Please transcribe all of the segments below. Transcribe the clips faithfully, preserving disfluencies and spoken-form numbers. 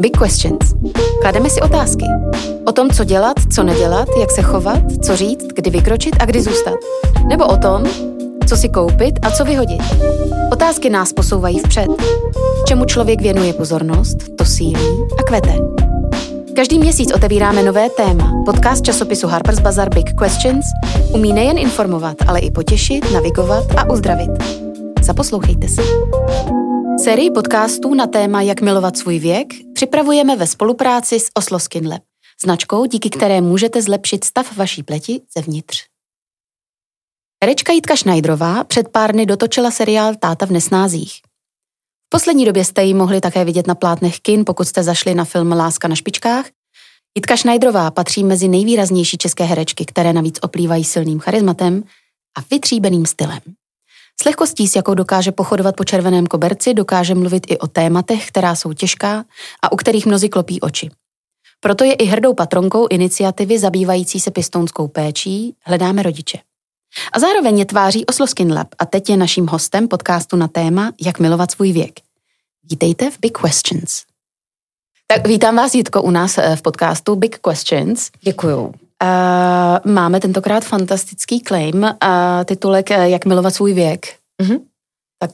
Big Questions. Klademe si otázky. O tom, co dělat, co nedělat, jak se chovat, co říct, kdy vykročit a kdy zůstat. Nebo o tom, co si koupit a co vyhodit. Otázky nás posouvají vpřed. Čemu člověk věnuje pozornost, to sílí a kvete. Každý měsíc otevíráme nové téma. Podcast časopisu Harper's Bazaar Big Questions umí nejen informovat, ale i potěšit, navigovat a uzdravit. Zaposlouchejte si. Sérii podcastů na téma Jak milovat svůj věk připravujeme ve spolupráci s Oslo Skin Lab, značkou, díky které můžete zlepšit stav vaší pleti zevnitř. Herečka Jitka Schneiderová před pár dny dotočila seriál Táta v nesnázích. V poslední době jste ji mohli také vidět na plátnech kin, pokud jste zašli na film Láska na špičkách. Jitka Schneiderová patří mezi nejvýraznější české herečky, které navíc oplývají silným charizmatem a vytříbeným stylem. S lehkostí, s jakou dokáže pochodovat po červeném koberci, dokáže mluvit i o tématech, která jsou těžká a u kterých mnozí klopí oči. Proto je i hrdou patronkou iniciativy zabývající se pěstounskou péčí Hledáme rodiče. A zároveň je tváří Oslo Skin Lab a teď je naším hostem podcastu na téma Jak milovat svůj věk. Vítejte v Big Questions. Tak vítám vás, Jitko, u nás v podcastu Big Questions. Děkuju. Uh, máme tentokrát fantastický claim, uh, titulek Jak milovat svůj věk. Mm-hmm. Tak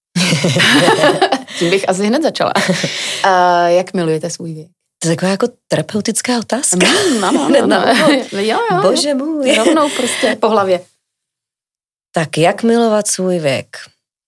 tím bych asi hned začala. Uh, jak milujete svůj věk? To je taková jako terapeutická otázka. Mm, ano, ano, ano. Jo, jo. Bože můj. Rovnou prostě po hlavě. Tak jak milovat svůj věk?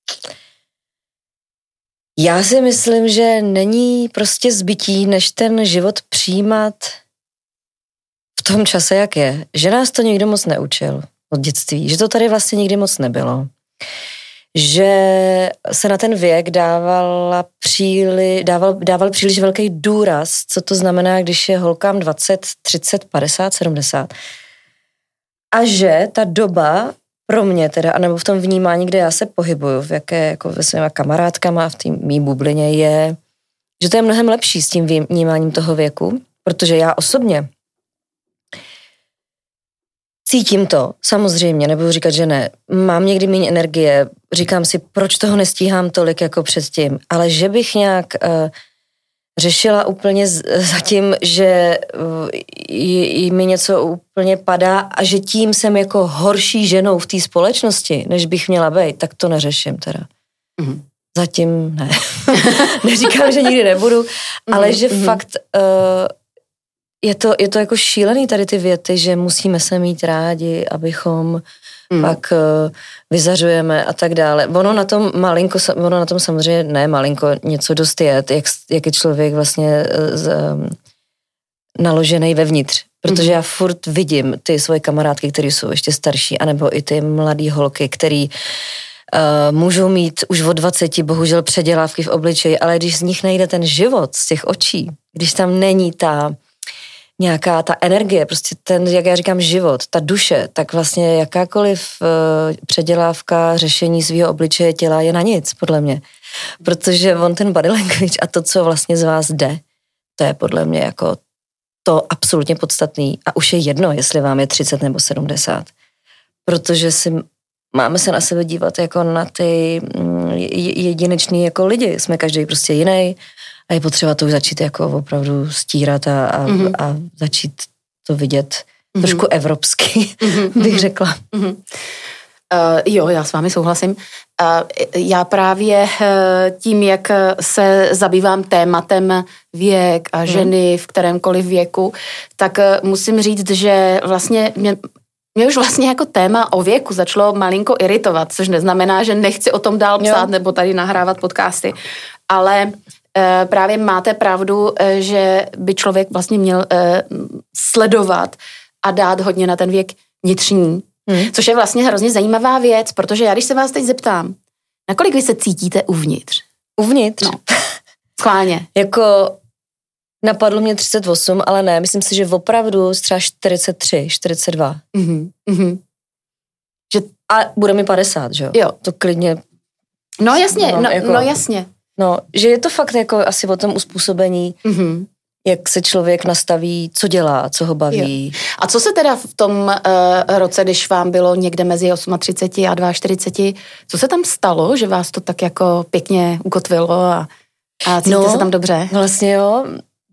Já si myslím, že není prostě zbytí, než ten život přijímat v tom čase, jak je. Že nás to nikdo moc neučil od dětství. Že to tady vlastně nikdy moc nebylo. Že se na ten věk dávala příli, dával, dával příliš velký důraz, co to znamená, když je holkám dvacet, třicet, padesát, sedmdesát. A že ta doba pro mě teda, anebo v tom vnímání, kde já se pohybuju, v jaké, jako ve svýma kamarádkama, v té mý bublině, je, že to je mnohem lepší s tím vnímáním toho věku, protože já osobně cítím to, samozřejmě, nebudu říkat, že ne. Mám někdy méně energie, říkám si, proč toho nestíhám tolik jako předtím, ale že bych nějak uh, řešila úplně z, zatím, že uh, j, j, mi něco úplně padá a že tím jsem jako horší ženou v té společnosti, než bych měla být, tak to neřeším teda. Mm-hmm. Zatím ne. Neříkám, že nikdy nebudu, mm-hmm. ale že mm-hmm. fakt... Uh, Je to, je to jako šílený tady ty věty, že musíme se mít rádi, abychom mm. pak uh, vyzařujeme a tak dále. Ono na tom malinko, ono na tom samozřejmě ne malinko, něco dost je, jak, jak je člověk vlastně uh, z, um, naložený vevnitř. Protože mm. já furt vidím ty svoje kamarádky, které jsou ještě starší, anebo i ty mladý holky, který uh, můžou mít už od dvaceti bohužel předělávky v obličeji, ale když z nich nejde ten život, z těch očí, když tam není ta nějaká ta energie, prostě ten, jak já říkám, život, ta duše, tak vlastně jakákoliv uh, předělávka, řešení svého obličeje těla je na nic, podle mě. Protože on ten body language a to, co vlastně z vás jde, to je podle mě jako to absolutně podstatný a už je jedno, jestli vám je třicet nebo sedmdesát. Protože si máme se na sebe dívat jako na ty jedinečný jako lidi, jsme každý prostě jiný. A je potřeba to už začít jako opravdu stírat a, a, mm-hmm. a začít to vidět mm-hmm. trošku evropsky, mm-hmm. bych řekla. Mm-hmm. Uh, jo, já s vámi souhlasím. Uh, já právě uh, tím, jak se zabývám tématem věk a ženy mm. v kterémkoliv věku, tak uh, musím říct, že vlastně mě, mě už vlastně jako téma o věku začalo malinko iritovat, což neznamená, že nechci o tom dál psát jo. nebo tady nahrávat podcasty, ale právě máte pravdu, že by člověk vlastně měl sledovat a dát hodně na ten věk vnitřní, hmm. což je vlastně hrozně zajímavá věc, protože já když se vás teď zeptám, nakolik vy se cítíte uvnitř? Uvnitř? No, schválně. Jako napadlo mě třicet osm, ale ne, myslím si, že opravdu třeba čtyřicet tři, čtyřicet dva. Mm-hmm. Mm-hmm. Že, a bude mi padesát, že jo? Jo. To klidně... No jasně, no, no, jako, no jasně. No, že je to fakt jako asi o tom uspůsobení, mm-hmm. jak se člověk nastaví, co dělá, co ho baví. Jo. A co se teda v tom uh, roce, když vám bylo někde mezi třicet osm a čtyřicet dva, co se tam stalo, že vás to tak jako pěkně ukotvilo a, a cítíte no, se tam dobře? Vlastně jo,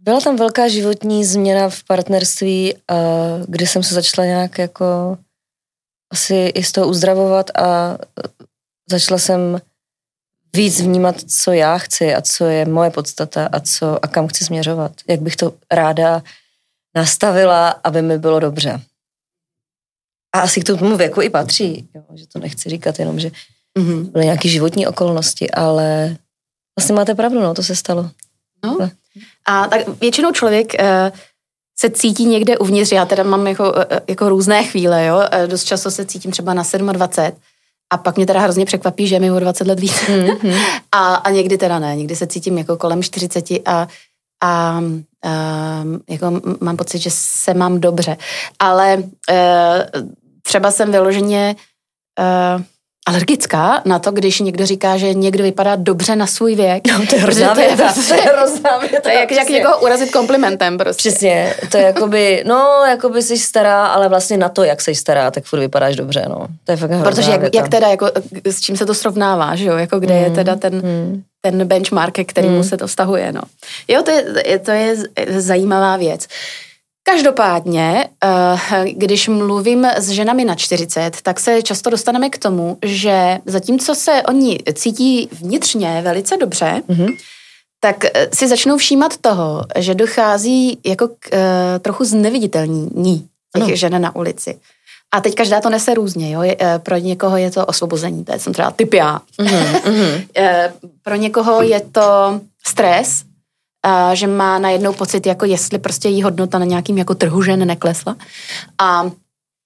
byla tam velká životní změna v partnerství, kdy jsem se začala nějak jako asi i z toho uzdravovat a začala jsem víc vnímat, co já chci a co je moje podstata a co a kam chci směřovat. Jak bych to ráda nastavila, aby mi bylo dobře. A asi k tomu věku i patří, jo, že to nechci říkat jenom, že mm-hmm. byly nějaké životní okolnosti, ale vlastně máte pravdu, no, to se stalo. No. A tak většinou člověk uh, se cítí někde uvnitř, já teda mám jako, uh, jako různé chvíle, jo, uh, dost často se cítím třeba na dvacet sedm a pak mě teda hrozně překvapí, že je mi o dvacet let víc. Mm-hmm. a, a někdy teda ne, někdy se cítím jako kolem čtyřicet a, a uh, jako mám pocit, že se mám dobře. Ale uh, třeba jsem vyloženě uh, alergická na to, když někdo říká, že někdo vypadá dobře na svůj věk. No, to je hrozná věta. To je hrozná věta. To je jak, jak někoho urazit komplimentem prostě. Přesně. To je jakoby, no, jakoby jsi stará, ale vlastně na to, jak jsi stará, tak furt vypadáš dobře, no. To je fakt hrozná Protože jak, věta. jak teda, jako, s čím se to srovnává, že jo? Jako kde mm, je teda ten, mm. ten benchmark, ke kterému mm. se to vztahuje, no. Jo, to je, to je zajímavá věc. Každopádně, když mluvím s ženami na čtyřicet, tak se často dostaneme k tomu, že zatímco se oni cítí vnitřně velice dobře, mm-hmm. tak si začnou všímat toho, že dochází jako k trochu zneviditelnění těch no. žen na ulici. A teď každá to nese různě, jo? Pro někoho je to osvobození, to jsem třeba typ já. Mm-hmm. Pro někoho je to stres, Uh, že má najednou pocit, jako jestli prostě jí hodnota na nějakým jako trhu žen neklesla. A uh,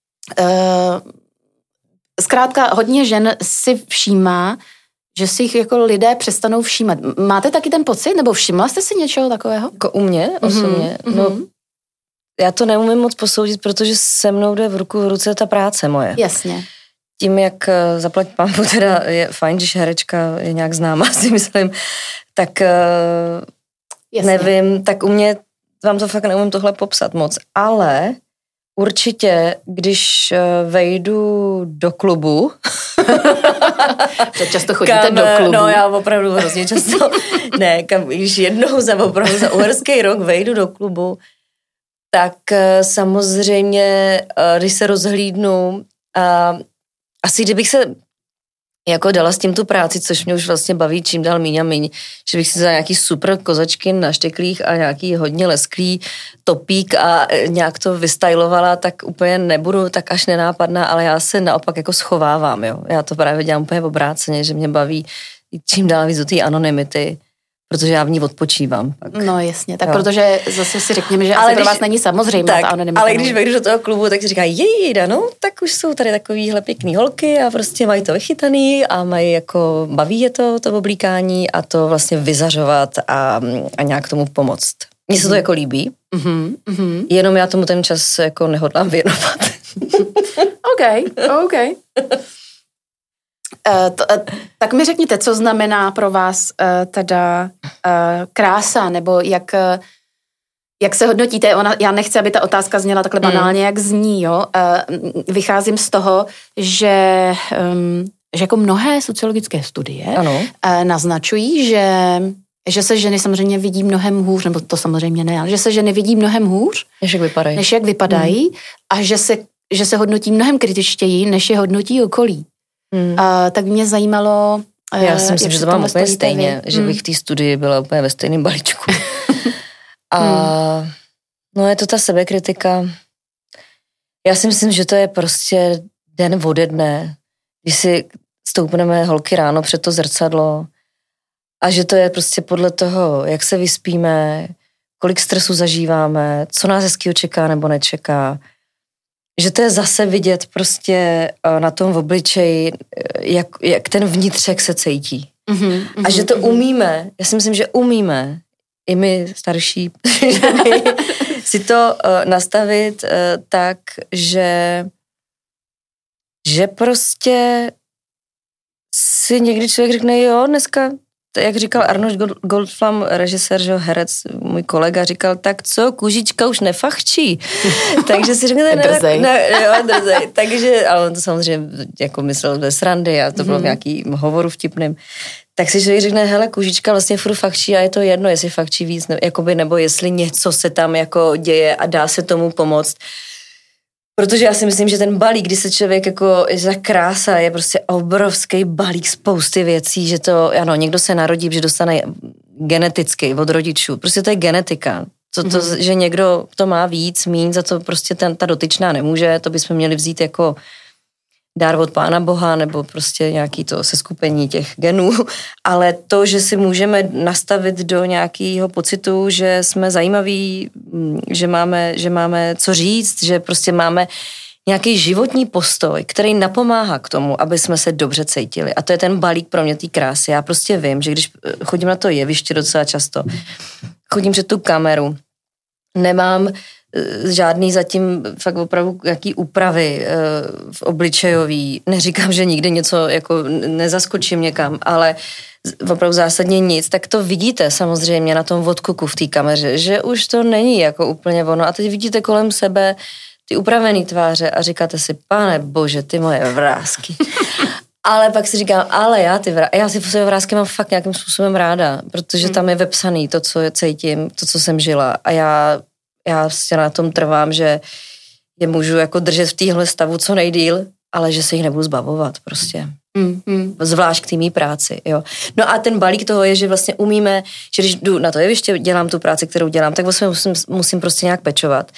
zkrátka hodně žen si všímá, že si jich jako lidé přestanou všímat. Máte taky ten pocit, nebo všimla jste si něčeho takového? Jako u mě osobně? Mm-hmm. No, já to neumím moc posoudit, protože se mnou jde v ruku v ruce ta práce moje. Jasně. Tím, jak zaplať pánbu, teda je fajn, když herečka je nějak známá, si myslím, tak... Uh, Jasně. Nevím, tak u mě vám to fakt neumím tohle popsat moc, ale určitě, když vejdu do klubu... často chodíte kam, do klubu. No já opravdu hrozně často, ne, kam, když jednou za opravdu za uherský rok vejdu do klubu, tak samozřejmě, když se rozhlídnu, a asi kdybych se jako dala s tím tu práci, což mě už vlastně baví čím dál míň a míň, že bych si za nějaký super kozačky na šteklích a nějaký hodně lesklý topík a nějak to vystylovala, tak úplně nebudu tak až nenápadná, ale já se naopak jako schovávám, jo. Já to právě dělám úplně obráceně, že mě baví čím dál víc do té anonymity, protože já v ní odpočívám. Pak. No jasně, tak jo. Protože zase si řekněme, že ale asi když, pro vás není samozřejmá tak, ta anonymita. Ale když vejdu do toho klubu, tak si říkají, jejda, no, tak už jsou tady takovýhle pěkný holky a prostě mají to vychytaný a mají jako, baví je to, to oblíkání a to vlastně vyzařovat a, a nějak tomu pomoct. Mně se to mm. jako líbí, mm-hmm, mm-hmm. jenom já tomu ten čas jako nehodlám věnovat. OK, OK. Uh, to, uh, tak mi řekněte, co znamená pro vás uh, teda uh, krása, nebo jak, uh, jak se hodnotíte? Ona, já nechci, aby ta otázka zněla takhle banálně, mm. jak zní, jo. Uh, vycházím z toho, že, um, že jako mnohé sociologické studie uh, naznačují, že, že se ženy samozřejmě vidí mnohem hůř, nebo to samozřejmě ne, ale že se ženy vidí mnohem hůř, než jak vypadají, než jak vypadají mm. a že se, že se hodnotí mnohem kritičtěji, než je hodnotí okolí. Hmm. Uh, tak mě zajímalo, uh, já si myslím, že to mám úplně stejně, vy. že bych v té studii byla úplně ve stejném balíčku. A hmm. no je to ta sebekritika. Já si myslím, že to je prostě den ode dne, když si stoupneme holky ráno před to zrcadlo a že to je prostě podle toho, jak se vyspíme, kolik stresu zažíváme, co nás hezkýho čeká nebo nečeká. Že to je zase vidět prostě na tom v obličeji, jak, jak ten vnitřek se cítí. Mm-hmm, a že to umíme, já si myslím, že umíme, i my starší ženy, si to uh, nastavit uh, tak, že, že prostě si někdy člověk řekne, jo, dneska to, jak říkal Arnold Goldflam, režisér, že herec, můj kolega, říkal, tak co, kužička už nefachčí. Takže si řeknete, ne, drzej. ne, jo, drzej. Takže, ale on to samozřejmě jako myslel ve srandy a to bylo mm-hmm. v nějaký hovoru vtipným. Tak si člověk řekne, hele, kužička vlastně furt fachčí a je to jedno, jestli fachčí víc, ne, jakoby, nebo jestli něco se tam jako děje a dá se tomu pomoct. Protože já si myslím, že ten balík, kdy se člověk jako za krása, je prostě obrovský balík spousty věcí, že to, ano, někdo se narodí, že dostane geneticky od rodičů. Prostě to je genetika. To, to, mm-hmm. že někdo to má víc, míň, za to prostě ten, ta dotyčná nemůže, to bychom měli vzít jako dár od Pána Boha, nebo prostě nějaký to seskupení těch genů, ale to, že si můžeme nastavit do nějakého pocitu, že jsme zajímaví, že máme, že máme co říct, že prostě máme nějaký životní postoj, který napomáhá k tomu, aby jsme se dobře cítili. A to je ten balík pro mě té krásy. Já prostě vím, že když chodím na to jeviště docela často, chodím před tu kameru, nemám žádný zatím fakt opravdu jaký úpravy v obličejový. Neříkám, že nikdy něco jako nezaskočím někam, ale opravdu zásadně nic, tak to vidíte samozřejmě na tom odkuku v té kameře, že už to není jako úplně ono. A teď vidíte kolem sebe ty upravený tváře a říkáte si, pane bože, ty moje vrásky. Ale pak si říkám, ale já ty vrásky, já si své vrásky mám fakt nějakým způsobem ráda, protože tam je vepsaný to, co cítím, to, co jsem žila. A já Já prostě na tom trvám, že je můžu jako držet v téhle stavu co nejdýl, ale že se jich nebudu zbavovat prostě. Mm, mm. Zvlášť k té mý práci, jo. No a ten balík toho je, že vlastně umíme, že když jdu na to jeviště, dělám tu práci, kterou dělám, tak vlastně musím, musím prostě nějak pečovat.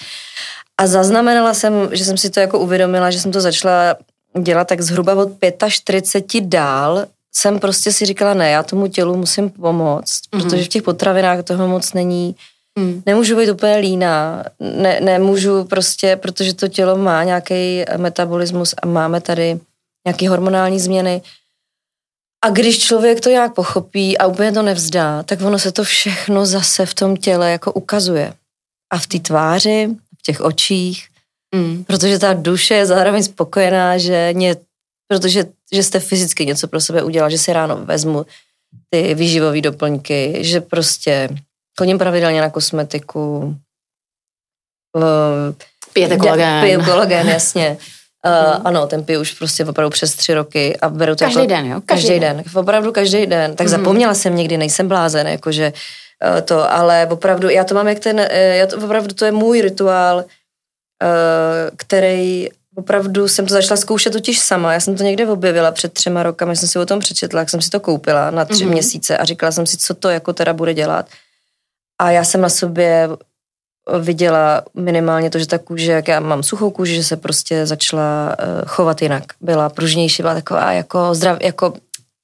A zaznamenala jsem, že jsem si to jako uvědomila, že jsem to začala dělat tak zhruba od čtyřicet pět dál, jsem prostě si říkala, ne, já tomu tělu musím pomoct, mm. protože v těch potravinách toho moc není. Hmm. Nemůžu být úplně líná, ne, nemůžu prostě, protože to tělo má nějaký metabolismus a máme tady nějaké hormonální změny. A když člověk to nějak pochopí a úplně to nevzdá, tak ono se to všechno zase v tom těle jako ukazuje. A v té tváři, v těch očích, hmm. protože ta duše je zároveň spokojená, že ně, protože že jste fyzicky něco pro sebe udělal, že si ráno vezmu ty výživové doplňky, že prostě chodím pravidelně na kosmetiku. Pijete kolagen. Piju kolagen, jasně. Uh, ano, ten piju už prostě opravdu přes tři roky a beru to každý jako, den, jo? Každý, každý den. den. Opravdu každý den. Tak mm. zapomněla jsem někdy, nejsem blázen, jakože uh, to, ale opravdu, já to mám jak ten, uh, já to, opravdu to je můj rituál, uh, který opravdu jsem to začala zkoušet totiž sama. Já jsem to někde objevila před třema rokama, jsem si o tom přečetla, jak jsem si to koupila na tři mm. měsíce a říkala jsem si, co to jako teda bude dělat. A já jsem na sobě viděla minimálně to, že ta kůže, jak já mám suchou kůži, že se prostě začala chovat jinak. Byla pružnější, byla taková jako zdrav, jako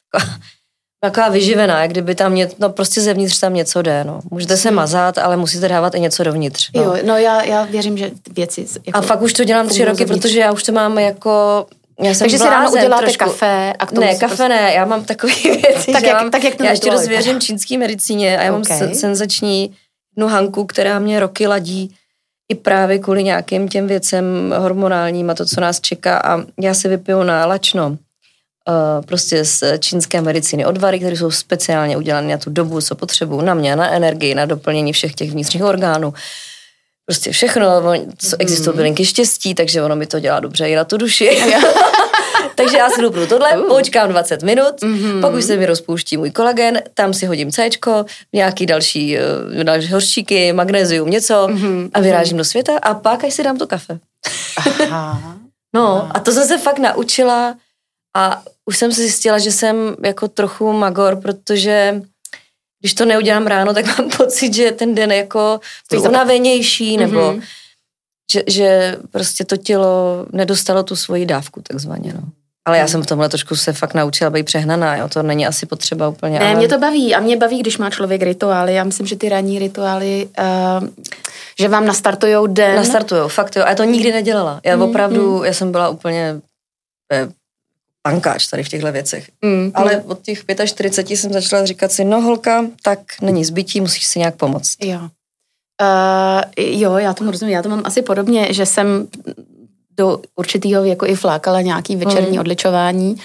taková vyživená, jak kdyby tam něco, no prostě zevnitř tam něco jde, no. Můžete se mazat, ale musíte dávat i něco dovnitř. No. Jo, no já, já věřím, že věci... Jako a fakt už to dělám tři roky, zevnitř. Protože já už to mám jako... Já jsem Takže si ráno uděláte trošku. kafe a k tomu Ne, kafe prostě... ne, já mám takové věci, tak že jak, mám, tak jak já ještě dost věřím čínský medicíně a já okay. mám senzační jednu Hanku, která mě roky ladí i právě kvůli nějakým těm věcem hormonálním a to, co nás čeká a já si vypiju na lačno uh, prostě z čínské medicíny odvary, které jsou speciálně udělané na tu dobu, co potřebuju, na mě, na energii, na doplnění všech těch vnitřních orgánů. Prostě všechno, co existují bylinky štěstí, takže ono mi to dělá dobře i na tu duši. Takže já si dupnu tohle, uh. počkám dvacet minut, mm-hmm. pak už se mi rozpouští můj kolagen, tam si hodím céčko, nějaký další, další hořčíky, magnézium, něco mm-hmm. a vyrážím do světa a pak až si dám to kafe. Aha. No a to jsem se fakt naučila a už jsem si zjistila, že jsem jako trochu magor, protože když to neudělám ráno, tak mám pocit, že ten den jako je unavenější, nebo mm-hmm. že, že prostě to tělo nedostalo tu svoji dávku, takzvaně, no. Ale já jsem v tomhle trošku se fakt naučila být přehnaná, jo, to není asi potřeba úplně. Ne, ale... mě to baví a mě baví, když má člověk rituály, já myslím, že ty ranní rituály, uh, že vám nastartujou den. Nastartujou, fakt jo, a já to nikdy nedělala. Já mm, opravdu, mm. já jsem byla úplně eh, pankáč tady v těchto věcech. Mm, ale mm. od těch čtyřicet pět jsem začala říkat si, no holka, tak není zbytí, musíš si nějak pomoct. Jo. Uh, jo, já tomu rozumím, já to mám asi podobně, že jsem do určitého věku i flákala nějaký večerní mm. odličování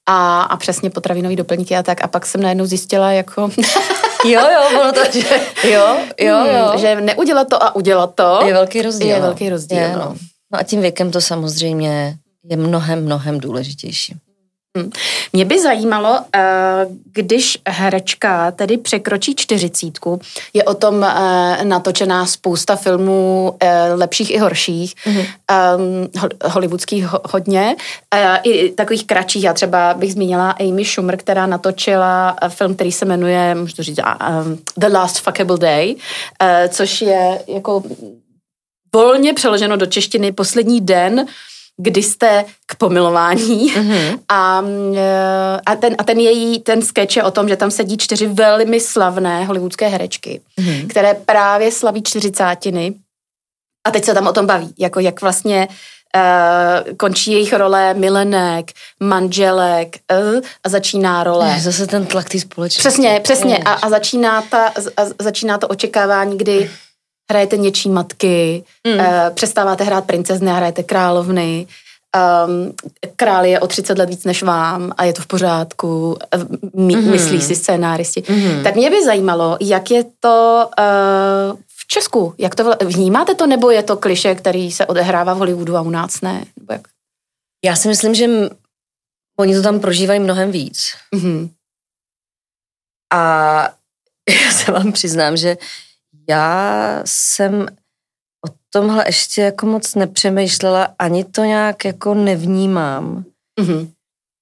a, a přesně potravinové doplňky a tak. A pak jsem najednou zjistila, jako... jo, jo, ono to, že... Jo, jo, jo. Hmm, že neudělat to a udělat to... Je velký rozdíl. Je velký rozdíl, je, no. no. No a tím věkem to samozřejmě je mnohem, mnohem důležitější. Mě by zajímalo, když herečka tedy překročí čtyřicítku, je o tom natočená spousta filmů lepších i horších, mm-hmm. hollywoodských hodně, i takových kratších. Já třeba bych zmínila Amy Schumer, která natočila film, který se jmenuje, můžu to říct, The Last Fuckable Day, což je jako volně přeloženo do češtiny Poslední den, kdy jste k pomilování mm-hmm. a, a, ten, a ten její, ten sketch je o tom, že tam sedí čtyři velmi slavné hollywoodské herečky, mm-hmm. které právě slaví čtyřicátiny a teď se tam o tom baví, jako jak vlastně uh, končí jejich role milenek, manželek uh, a začíná role. Je zase ten tlak té společnosti. Přesně, přesně a, a, začíná ta, a začíná to očekávání, kdy hrajete něčí matky, mm. uh, přestáváte hrát princezny a hrajete královny, um, král je o třicet let víc než vám a je to v pořádku, my, mm. myslí si scénáristi. Mm. Tak mě by zajímalo, jak je to uh, v Česku, jak to vnímáte to, nebo je to klišé, který se odehrává v Hollywoodu a u nás ne? Nebo jak? Já si myslím, že m- oni to tam prožívají mnohem víc. Mm. A já se vám přiznám, že já jsem o tomhle ještě jako moc nepřemýšlela, ani to nějak jako nevnímám. Mm-hmm. Uh,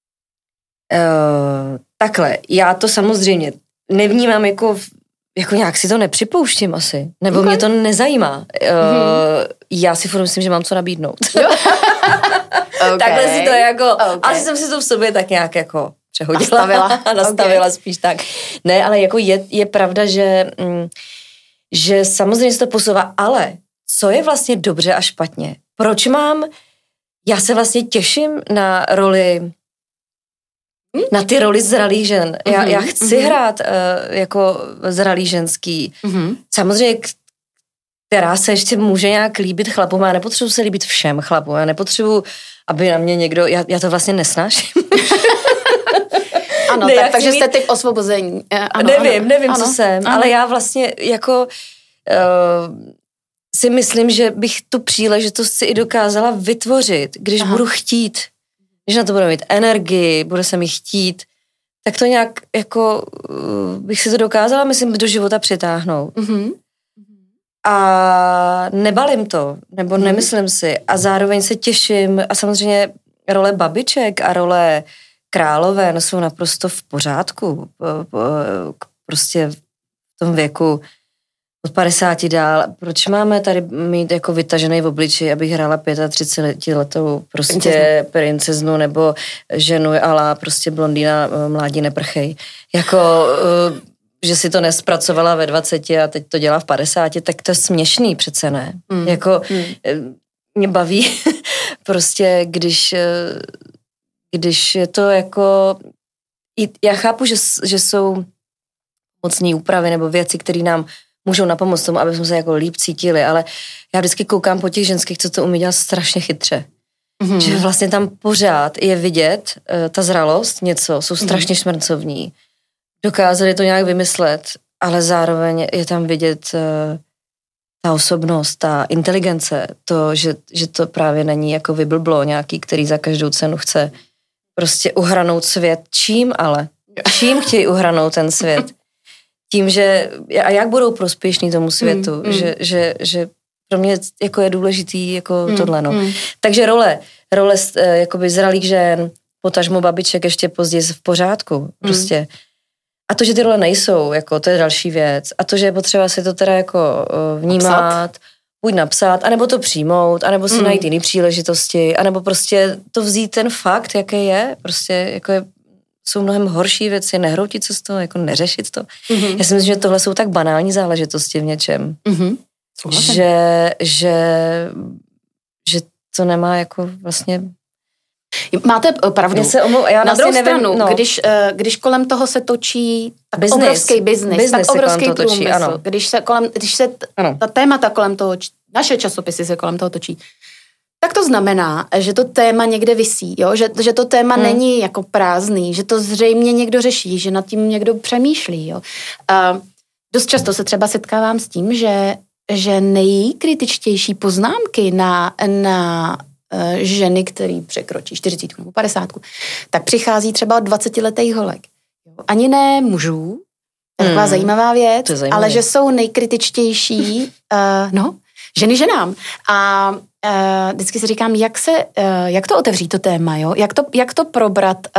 takhle, já to samozřejmě nevnímám jako, jako nějak si to nepřipouštím asi, nebo okay. Mě to nezajímá. Uh, mm-hmm. Já si furt myslím, že mám co nabídnout. Okay. Takhle si to jako, okay. Asi jsem si to v sobě tak nějak jako přehodila. Nastavila. Nastavila okay. Spíš tak. Ne, ale jako je, je pravda, že... Mm, že samozřejmě se to posouvá, ale co je vlastně dobře a špatně? Proč mám, já se vlastně těším na roli, na ty roli zralých žen. Já, mm-hmm. já chci mm-hmm. hrát uh, jako zralý ženský. Mm-hmm. Samozřejmě, která se ještě může nějak líbit chlapům, já nepotřebuji se líbit všem chlapům, já nepotřebuji, aby na mě někdo, já, já to vlastně nesnáším. Ano, ne, tak, takže mít... jste typ osvobození. Ano, nevím, ano, nevím, ano, co jsem, ano. Ale já vlastně jako uh, si myslím, že bych tu příležitost si i dokázala vytvořit, když Aha. budu chtít, když na to budu mít energii, bude se mi chtít, tak to nějak jako uh, bych si to dokázala, myslím, do života přitáhnout. Mm-hmm. A nebalím to, nebo mm-hmm. nemyslím si. A zároveň se těším a samozřejmě role babiček a role králové no, jsou naprosto v pořádku. Prostě v tom věku od padesáti dál. Proč máme tady mít jako vytažený v obliči, abych hrála třicetiletou prostě princeznu. princeznu nebo ženu ala prostě blondýna mládí neprchej. Jako, že si to nespracovala ve dvaceti a teď to dělá v padesáti, tak to je směšný přece, ne? Mm. Jako mm. mě baví prostě, když když je to jako, já chápu, že, že jsou mocní úpravy nebo věci, které nám můžou napomoct tomu, aby jsme se jako líp cítili, ale já vždycky koukám po těch ženských, co to umí dělat strašně chytře. Mm-hmm. Že vlastně tam pořád je vidět uh, ta zralost, něco, jsou strašně mm-hmm. šmrncovní. Dokázali to nějak vymyslet, ale zároveň je tam vidět uh, ta osobnost, ta inteligence, to, že, že to právě není jako vyblblo nějaký, který za každou cenu chce prostě uhranout svět. Čím ale? Čím chtějí uhranout ten svět? Tím, že a jak budou prospěšní tomu světu, mm, mm. Že, že, že pro mě jako je důležitý jako mm, tohle, no. Mm. Takže role, role jakoby zralých žen, potažmo babiček ještě později v pořádku, prostě. Mm. A to, že ty role nejsou, jako to je další věc. A to, že je potřeba si to teda jako vnímat, Psat. buď napsat, anebo to přijmout, anebo si mm. najít jiný příležitosti, anebo prostě to vzít ten fakt, jaký je, prostě jako je, jsou mnohem horší věci, nehroutit se z toho, jako neřešit to. Mm-hmm. Já si myslím, že tohle jsou tak banální záležitosti v něčem, mm-hmm. že, že, že to nemá jako vlastně... Máte pravdu. Se omlou, já na vlastně druhou nevím, stranu, no. když, když kolem toho se točí tak business. obrovský biznis, Business tak obrovský točí, průmysl, ano. když se kolem, když se ano. ta témata kolem toho, naše časopisy se kolem toho točí, Tak to znamená, že to téma někde visí, jo? Že, že to téma hmm. není jako prázdný, že to zřejmě někdo řeší, že nad tím někdo přemýšlí. Jo? Uh, dost často se třeba setkávám s tím, že, že nejkritičtější poznámky na, na uh, ženy, který překročí čtyřicítku nebo padesátku, tak přichází třeba od dvacetiletých holek. Jo? Ani ne mužů, taková hmm. zajímavá věc, ale že jsou nejkritičtější, uh, no, ženy ženám. A uh, vždycky si říkám, jak se, uh, jak to otevřít to téma, jo? Jak to, jak to probrat uh,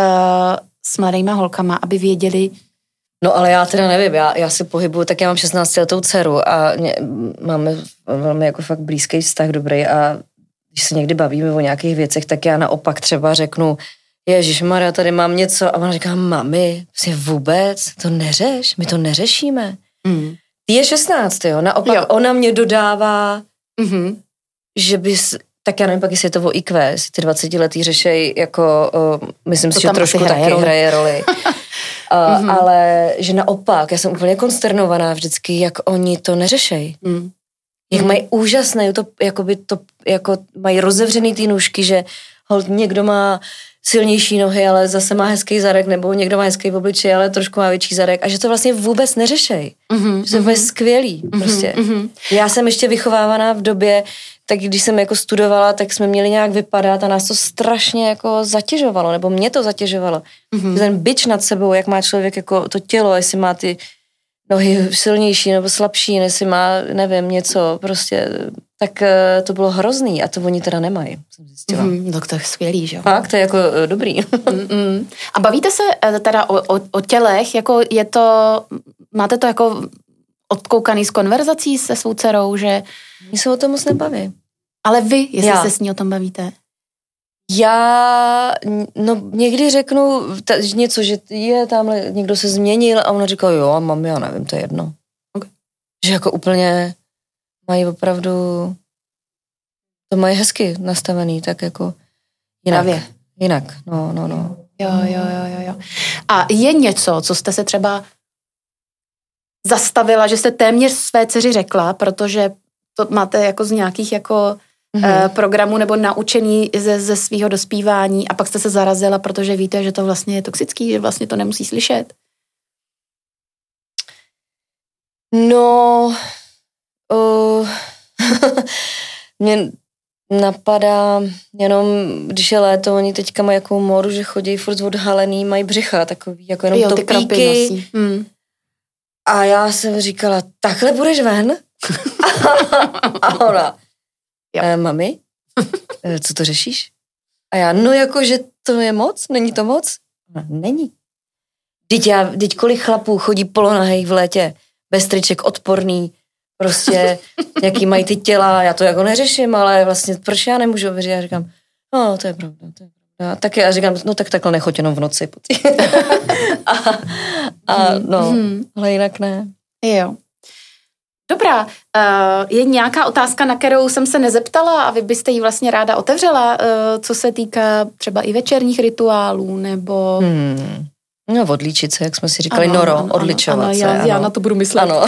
s mladýma holkama, aby věděli. No ale já teda nevím, já, já se pohybuju, tak já mám šestnáctiletou dceru a mě, máme velmi jako fakt blízký vztah dobrý a když se někdy bavíme o nějakých věcech, tak já naopak třeba řeknu, Ježišmarja, tady mám něco a ona říká, mami, prostě vůbec, to neřeš, my to neřešíme. Mm. Ty je šestnáct, jo, naopak jo. Ona mě dodává, mm-hmm. že bys, tak já nevím pak, jestli je to o í kvé, jestli ty dvacetiletý řešej, jako, uh, myslím si, že trošku hraje taky roli. hraje roli. uh, mm-hmm. Ale že naopak, já jsem úplně konsternovaná vždycky, jak oni to neřešej. Mm. Jak mm. mají úžasné, to, jakoby to, jako mají rozevřený ty nůžky, že hold, někdo má silnější nohy, ale zase má hezký zadek, nebo někdo má hezký obličej, ale trošku má větší zadek a že to vlastně vůbec neřešej. Mm-hmm, že to mm-hmm. je skvělý prostě. Mm-hmm. Já jsem ještě vychovávaná v době, tak když jsem jako studovala, tak jsme měli nějak vypadat a nás to strašně jako zatěžovalo, nebo mě to zatěžovalo. Mm-hmm. Ten bič nad sebou, jak má člověk jako to tělo, jestli má ty nohy silnější nebo slabší, jestli má, nevím, něco prostě, tak to bylo hrozný a to oni teda nemají, jsem zjistila. Mm, no to je skvělý, že jo? Fakt, to je jako dobrý. Mm-mm. A bavíte se teda o, o, o tělech, jako je to, máte to jako odkoukaný z konverzací se svou dcerou, že... Mně se o tom moc nebaví. Ale vy, jestli Já. se s ní o tom bavíte? Já, no někdy řeknu ta, něco, že je tamhle, někdo se změnil a ona říká, jo, a mami, já nevím, to je jedno. Okay. Že jako úplně mají opravdu, to mají hezky nastavený, tak jako jinak. Právě. Jinak, no, no, no. Jo, jo, jo, jo. A je něco, co jste se třeba zastavila, že jste téměř své dceři řekla, protože to máte jako z nějakých jako mm-hmm. programů nebo naučený ze, ze svého dospívání a pak jste se zarazila, protože víte, že to vlastně je toxický, že vlastně to nemusí slyšet? No, uh, mě napadá jenom, když je léto, oni teďka mají jakou módu, že chodí furt odhalený, mají břicha, takový, jako jenom jo, topíky. Hmm. A já jsem říkala, takhle budeš ven? A ona, e, mami, e, co to řešíš? A já, no jako, že to je moc? Není to moc? A není. Teď já, teď kolik chlapů chodí polonahej v létě, bez triček, odporný, prostě, jaký mají ty těla, já to jako neřeším, ale vlastně, proč já nemůžu věřit? Já říkám, no, to je pravda, to je pravda. Tak já říkám, no tak takhle nechoď jenom v noci. a, a no, hmm. ale jinak ne. Jo. Dobrá, uh, je nějaká otázka, na kterou jsem se nezeptala a vy byste ji vlastně ráda otevřela, uh, co se týká třeba i večerních rituálů, nebo... Hmm. No, odlíčit se, jak jsme si říkali, ano, noro, ano, odličovat ano, se. Já, ano. já na to budu myslet. Ano.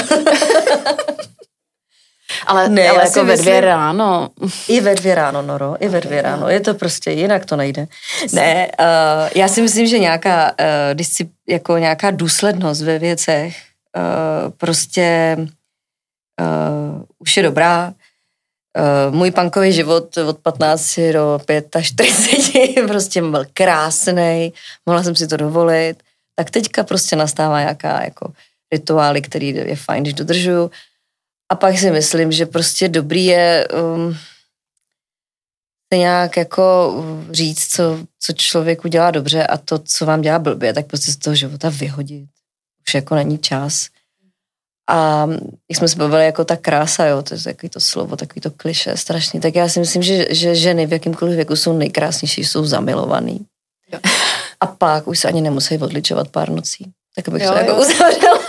ale ne, ale jako ve dvě ráno. I ve dvě ráno, noro, i ve dvě ráno. Je to prostě, jinak to nejde. Ne, uh, já si myslím, že nějaká, uh, discipl, jako nějaká důslednost ve věcech uh, prostě uh, už je dobrá. Uh, můj punkový život od patnácti do čtyřiceti pěti prostě byl krásnej, mohla jsem si to dovolit. Tak teďka prostě nastává nějaká jako rituály, který je fajn, když dodržuju. A pak si myslím, že prostě dobrý je um, se nějak jako říct, co, co člověku dělá dobře a to, co vám dělá blbě, tak prostě z toho života vyhodit. Už jako není čas. A jak jsme se bavili jako ta krása, jo, to je takový to slovo, takový to klišé strašný, tak já si myslím, že, že ženy v jakýmkoliv věku jsou nejkrásnější, jsou zamilovaný. Jo. A pak už se ani nemusí odličovat pár nocí. Tak bych jo, to jako uzavřela.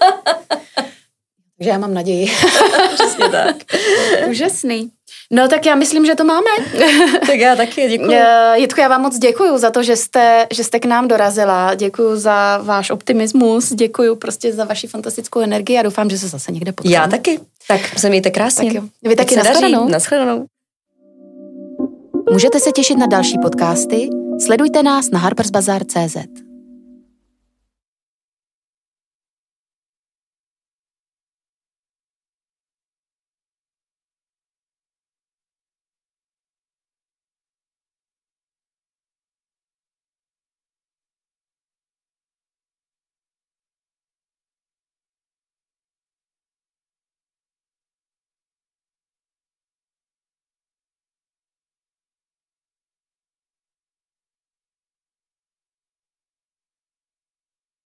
Takže já mám naději. Přesně tak. Úžasný. No tak já myslím, že to máme. Tak já taky, děkuji. Jitko, já vám moc děkuju za to, že jste, že jste k nám dorazila. Děkuju za váš optimismus, děkuju prostě za vaši fantastickou energii a doufám, že se zase někde potkáme. Já taky. Tak se mějte krásně. Tak jo. Vy taky, nashledanou. Nashledanou. Můžete se těšit na další podcasty, sledujte nás na harpersbazaar tečka cé zet.